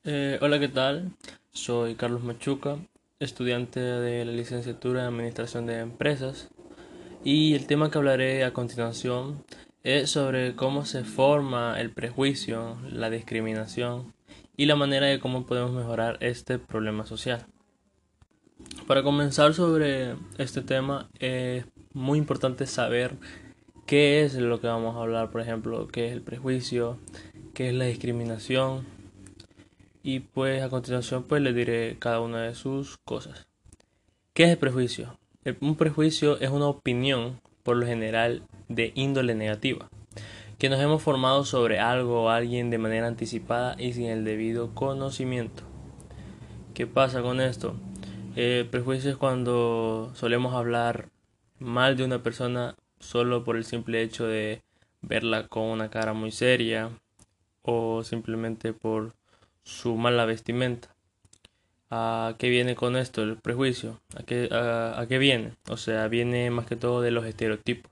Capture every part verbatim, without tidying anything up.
Eh, hola, ¿qué tal? Soy Carlos Machuca, estudiante de la licenciatura en Administración de Empresas, y el tema que hablaré a continuación es sobre cómo se forma el prejuicio, la discriminación y la manera de cómo podemos mejorar este problema social. Para comenzar sobre este tema es muy importante saber qué es lo que vamos a hablar, por ejemplo, qué es el prejuicio, qué es la discriminación. Y pues a continuación pues les diré cada una de sus cosas. ¿Qué es el prejuicio? El- un prejuicio es una opinión, por lo general, de índole negativa, que nos hemos formado sobre algo o alguien de manera anticipada y sin el debido conocimiento. ¿Qué pasa con esto? El prejuicio es cuando solemos hablar mal de una persona solo por el simple hecho de verla con una cara muy seria o simplemente por su mala vestimenta. ¿A qué viene con esto el prejuicio? ¿A qué, a, a qué viene? O sea, viene más que todo de los estereotipos.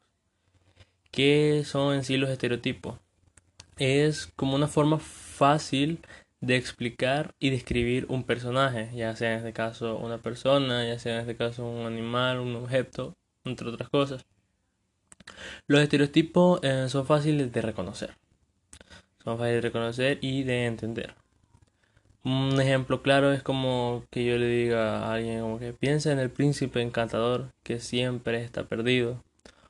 ¿Qué son en sí los estereotipos? Es como una forma fácil de explicar y describir un personaje, ya sea en este caso una persona, ya sea en este caso un animal, un objeto, entre otras cosas. Los estereotipos eh, son fáciles de reconocer, son fáciles de reconocer y de entender. Un ejemplo claro es como que yo le diga a alguien como que piensa en el príncipe encantador que siempre está perdido.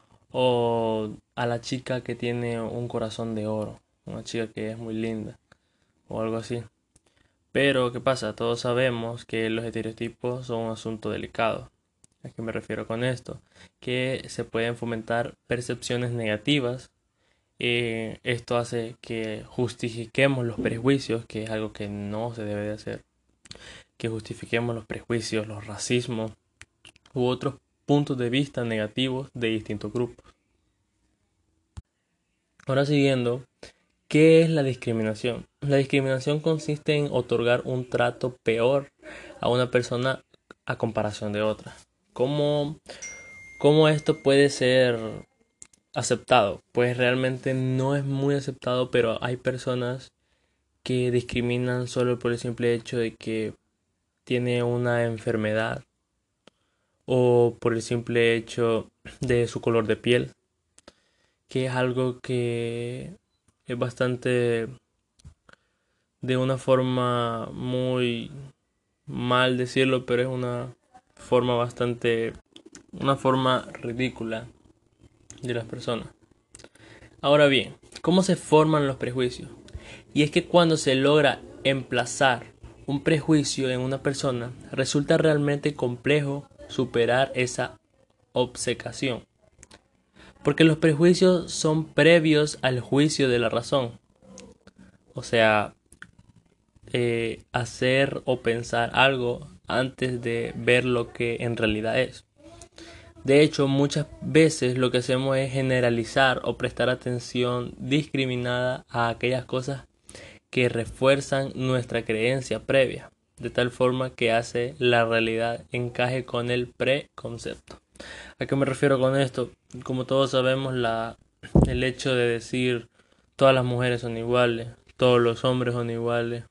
O a la chica que tiene un corazón de oro. Una chica que es muy linda. O algo así. Pero, ¿qué pasa? Todos sabemos que los estereotipos son un asunto delicado. ¿A qué me refiero con esto? Que se pueden fomentar percepciones negativas. Eh, esto hace que justifiquemos los prejuicios, que es algo que no se debe de hacer, que justifiquemos los prejuicios, los racismos u otros puntos de vista negativos de distintos grupos. Ahora siguiendo, ¿qué es la discriminación? La discriminación consiste en otorgar un trato peor a una persona a comparación de otra. ¿Cómo, cómo esto puede ser aceptado? Pues realmente no es muy aceptado, pero hay personas que discriminan solo por el simple hecho de que tiene una enfermedad o por el simple hecho de su color de piel, que es algo que es bastante de una forma muy mal decirlo, pero es una forma bastante, una forma ridícula de las personas. Ahora bien, ¿cómo se forman los prejuicios? Y es que cuando se logra emplazar un prejuicio en una persona, resulta realmente complejo superar esa obcecación. Porque los prejuicios son previos al juicio de la razón. O sea, eh, hacer o pensar algo antes de ver lo que en realidad es. De hecho, muchas veces lo que hacemos es generalizar o prestar atención discriminada a aquellas cosas que refuerzan nuestra creencia previa, de tal forma que hace la realidad encaje con el preconcepto. ¿A qué me refiero con esto? Como todos sabemos, la, el hecho de decir todas las mujeres son iguales, todos los hombres son iguales,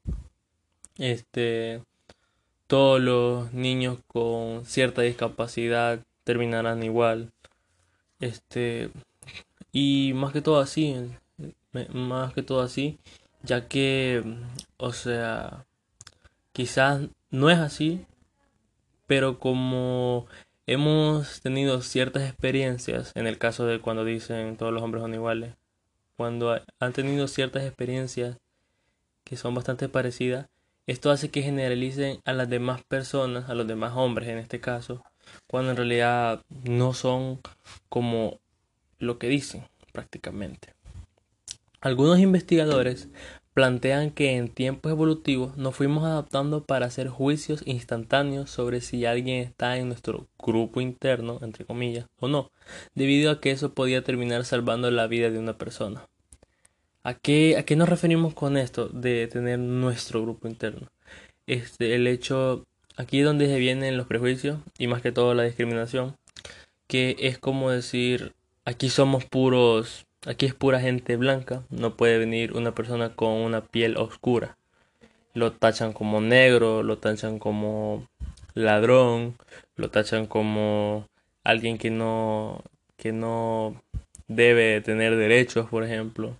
este, todos los niños con cierta discapacidad terminarán igual, este, y más que todo así, más que todo así, ya que, o sea, quizás no es así, pero como hemos tenido ciertas experiencias, en el caso de cuando dicen todos los hombres son iguales, cuando han tenido ciertas experiencias que son bastante parecidas, esto hace que generalicen a las demás personas, a los demás hombres en este caso, cuando en realidad no son como lo que dicen prácticamente. Algunos investigadores plantean que en tiempos evolutivos nos fuimos adaptando para hacer juicios instantáneos sobre si alguien está en nuestro grupo interno, entre comillas, o no, debido a que eso podía terminar salvando la vida de una persona. ¿A qué, a qué nos referimos con esto de tener nuestro grupo interno? Este, el hecho, aquí es donde se vienen los prejuicios y más que todo la discriminación, que es como decir, aquí somos puros, aquí es pura gente blanca, no puede venir una persona con una piel oscura. lo tachan como negro, lo tachan como ladrón, lo tachan como alguien que no, que no debe tener derechos, por ejemplo.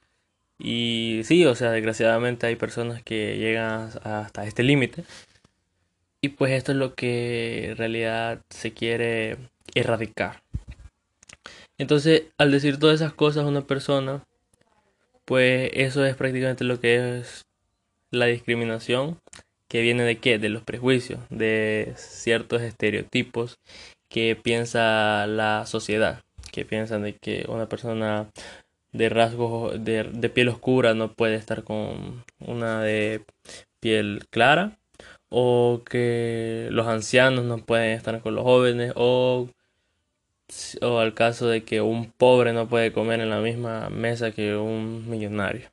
Y sí, o sea, desgraciadamente hay personas que llegan hasta este límite. Y pues esto es lo que en realidad se quiere erradicar. Entonces, al decir todas esas cosas a una persona, pues eso es prácticamente lo que es la discriminación, que viene de qué? De los prejuicios, de ciertos estereotipos que piensa la sociedad, que piensan de que una persona de rasgos de, de piel oscura no puede estar con una de piel clara, o que los ancianos no pueden estar con los jóvenes, o, o al caso de que un pobre no puede comer en la misma mesa que un millonario.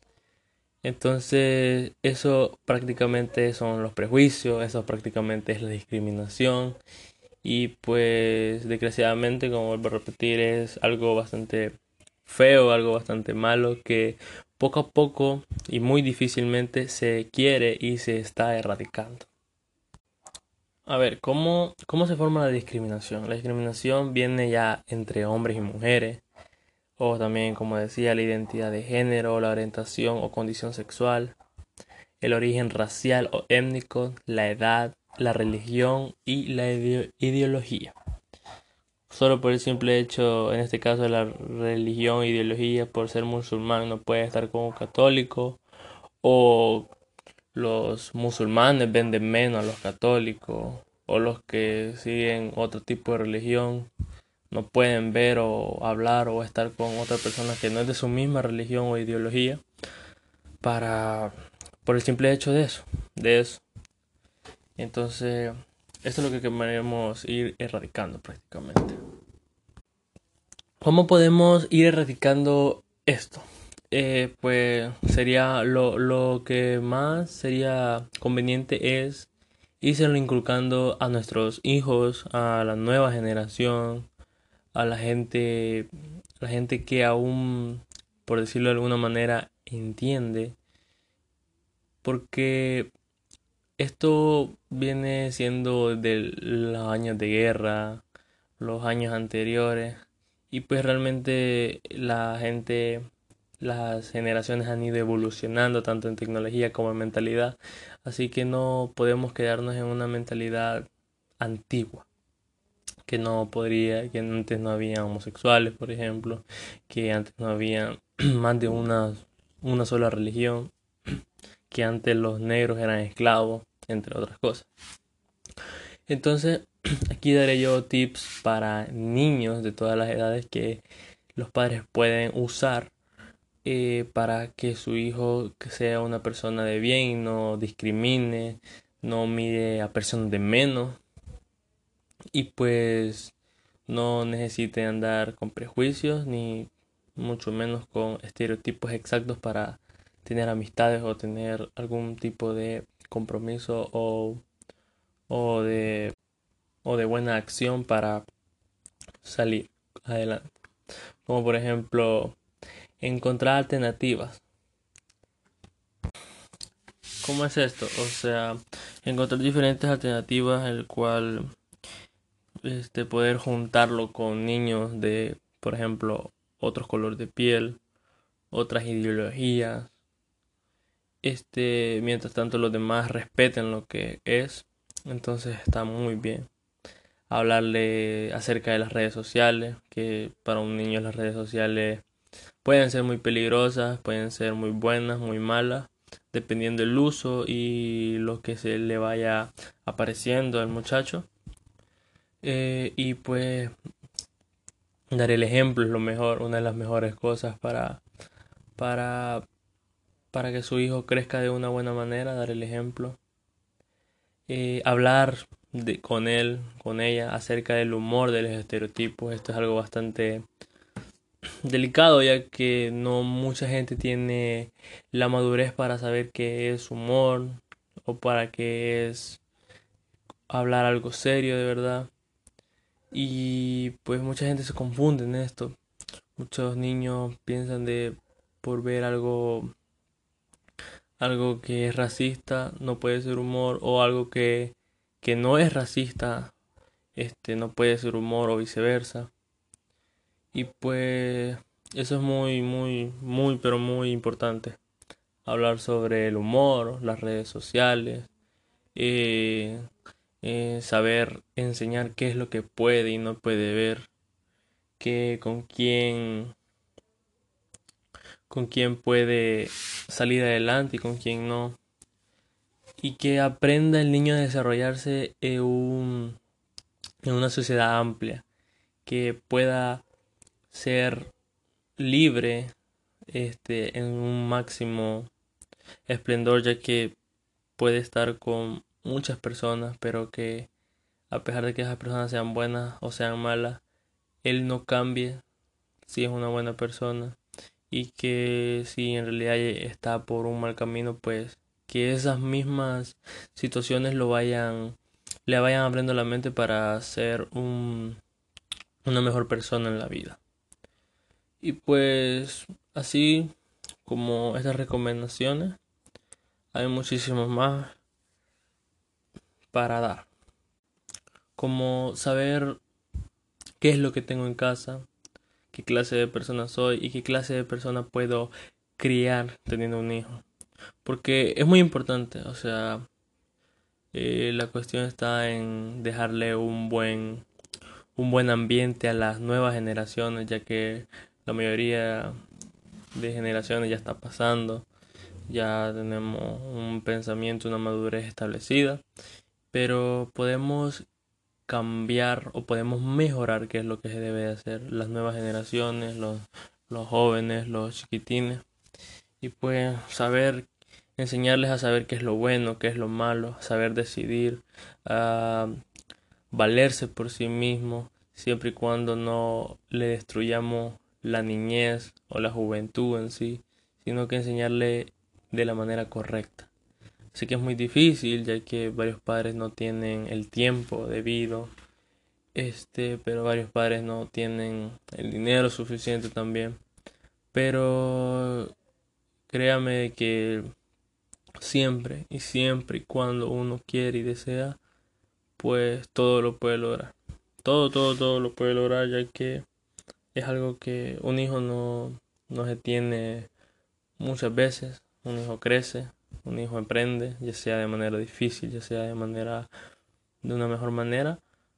Entonces, eso prácticamente son los prejuicios, eso prácticamente es la discriminación y pues desgraciadamente, como vuelvo a repetir, es algo bastante feo, algo bastante malo que poco a poco y muy difícilmente se quiere y se está erradicando. A ver, ¿cómo, cómo se forma la discriminación? La discriminación viene ya entre hombres y mujeres, o también, como decía, la identidad de género, la orientación o condición sexual, el origen racial o étnico, la edad, la religión y la ide- ideología. Solo por el simple hecho, en este caso, de la religión, ideología, por ser musulmán no puede estar con un católico, o los musulmanes venden menos a los católicos, o los que siguen otro tipo de religión no pueden ver o hablar o estar con otra persona que no es de su misma religión o ideología, para por el simple hecho de eso, de eso. Entonces, esto es lo que queremos ir erradicando prácticamente. ¿Cómo podemos ir erradicando esto? Eh, pues sería lo, lo que más sería conveniente es irse inculcando a nuestros hijos, a la nueva generación, a la gente, la gente que aún, por decirlo de alguna manera, entiende, porque esto viene siendo de los años de guerra, los años anteriores, y pues realmente la gente, las generaciones han ido evolucionando tanto en tecnología como en mentalidad, así que no podemos quedarnos en una mentalidad antigua, que no podría, que antes no había homosexuales, por ejemplo, que antes no había más de una, una sola religión, que antes los negros eran esclavos, entre otras cosas. Entonces, aquí daré yo tips para niños de todas las edades que los padres pueden usar eh, para que su hijo sea una persona de bien y no discrimine, no mire a personas de menos y pues no necesite andar con prejuicios ni mucho menos con estereotipos exactos para tener amistades o tener algún tipo de compromiso o, o de o de buena acción para salir adelante. Como por ejemplo, encontrar alternativas. ¿Cómo es esto? O sea, encontrar diferentes alternativas, el cual este poder juntarlo con niños de, por ejemplo, otros colores de piel, otras ideologías. Este, mientras tanto los demás respeten lo que es, entonces está muy bien. Hablarle acerca de las redes sociales, que para un niño las redes sociales pueden ser muy peligrosas, pueden ser muy buenas, muy malas, dependiendo del uso y lo que se le vaya apareciendo al muchacho. Eh, y pues dar el ejemplo es lo mejor, una de las mejores cosas para, para, para que su hijo crezca de una buena manera, dar el ejemplo. Eh, hablar de, con él, con ella, acerca del humor, de los estereotipos. Esto es algo bastante delicado, ya que no mucha gente tiene la madurez para saber qué es humor o para qué es hablar algo serio de verdad. Y pues mucha gente se confunde en esto. Muchos niños piensan de por ver algo algo que es racista no puede ser humor, o algo que, que no es racista este no puede ser humor, o viceversa. Y pues eso es muy, muy, muy, pero muy importante. Hablar sobre el humor, las redes sociales, eh, eh, saber enseñar qué es lo que puede y no puede ver, qué, con quién, con quién puede salir adelante y con quién no. Y que aprenda el niño a desarrollarse en, un, en una sociedad amplia, que pueda ser libre este, en un máximo esplendor, ya que puede estar con muchas personas, pero que a pesar de que esas personas sean buenas o sean malas, él no cambie si es una buena persona, y que si en realidad está por un mal camino, pues que esas mismas situaciones lo vayan le vayan abriendo la mente para ser un, una mejor persona en la vida. Y pues así como estas recomendaciones, hay muchísimas más para dar. Como saber qué es lo que tengo en casa, qué clase de persona soy y qué clase de persona puedo criar teniendo un hijo. Porque es muy importante, o sea, eh, la cuestión está en dejarle un buen, un buen ambiente a las nuevas generaciones, ya que la mayoría de generaciones ya está pasando, ya tenemos un pensamiento, una madurez establecida, pero podemos cambiar o podemos mejorar qué es lo que se debe de hacer las nuevas generaciones, los, los jóvenes, los chiquitines, y pues saber enseñarles a saber qué es lo bueno, qué es lo malo, saber decidir, a valerse por sí mismos, siempre y cuando no le destruyamos la niñez o la juventud en sí, sino que enseñarle de la manera correcta. Sé que es muy difícil, ya que varios padres no tienen el tiempo debido, este, pero varios padres no tienen el dinero suficiente también. Pero créame que siempre y siempre y cuando uno quiere y desea, pues todo lo puede lograr. Todo, todo, todo lo puede lograr, ya que es algo que un hijo no, no se tiene muchas veces. Un hijo crece, un hijo emprende, ya sea de manera difícil, ya sea de manera de una mejor manera,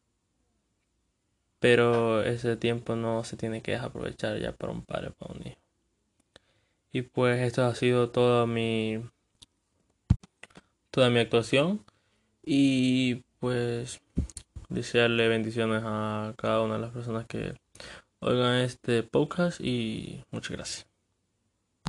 pero ese tiempo no se tiene que desaprovechar ya para un padre, para un hijo. Y pues esto ha sido toda mi toda mi actuación, y pues desearle bendiciones a cada una de las personas que oigan este podcast, y muchas gracias.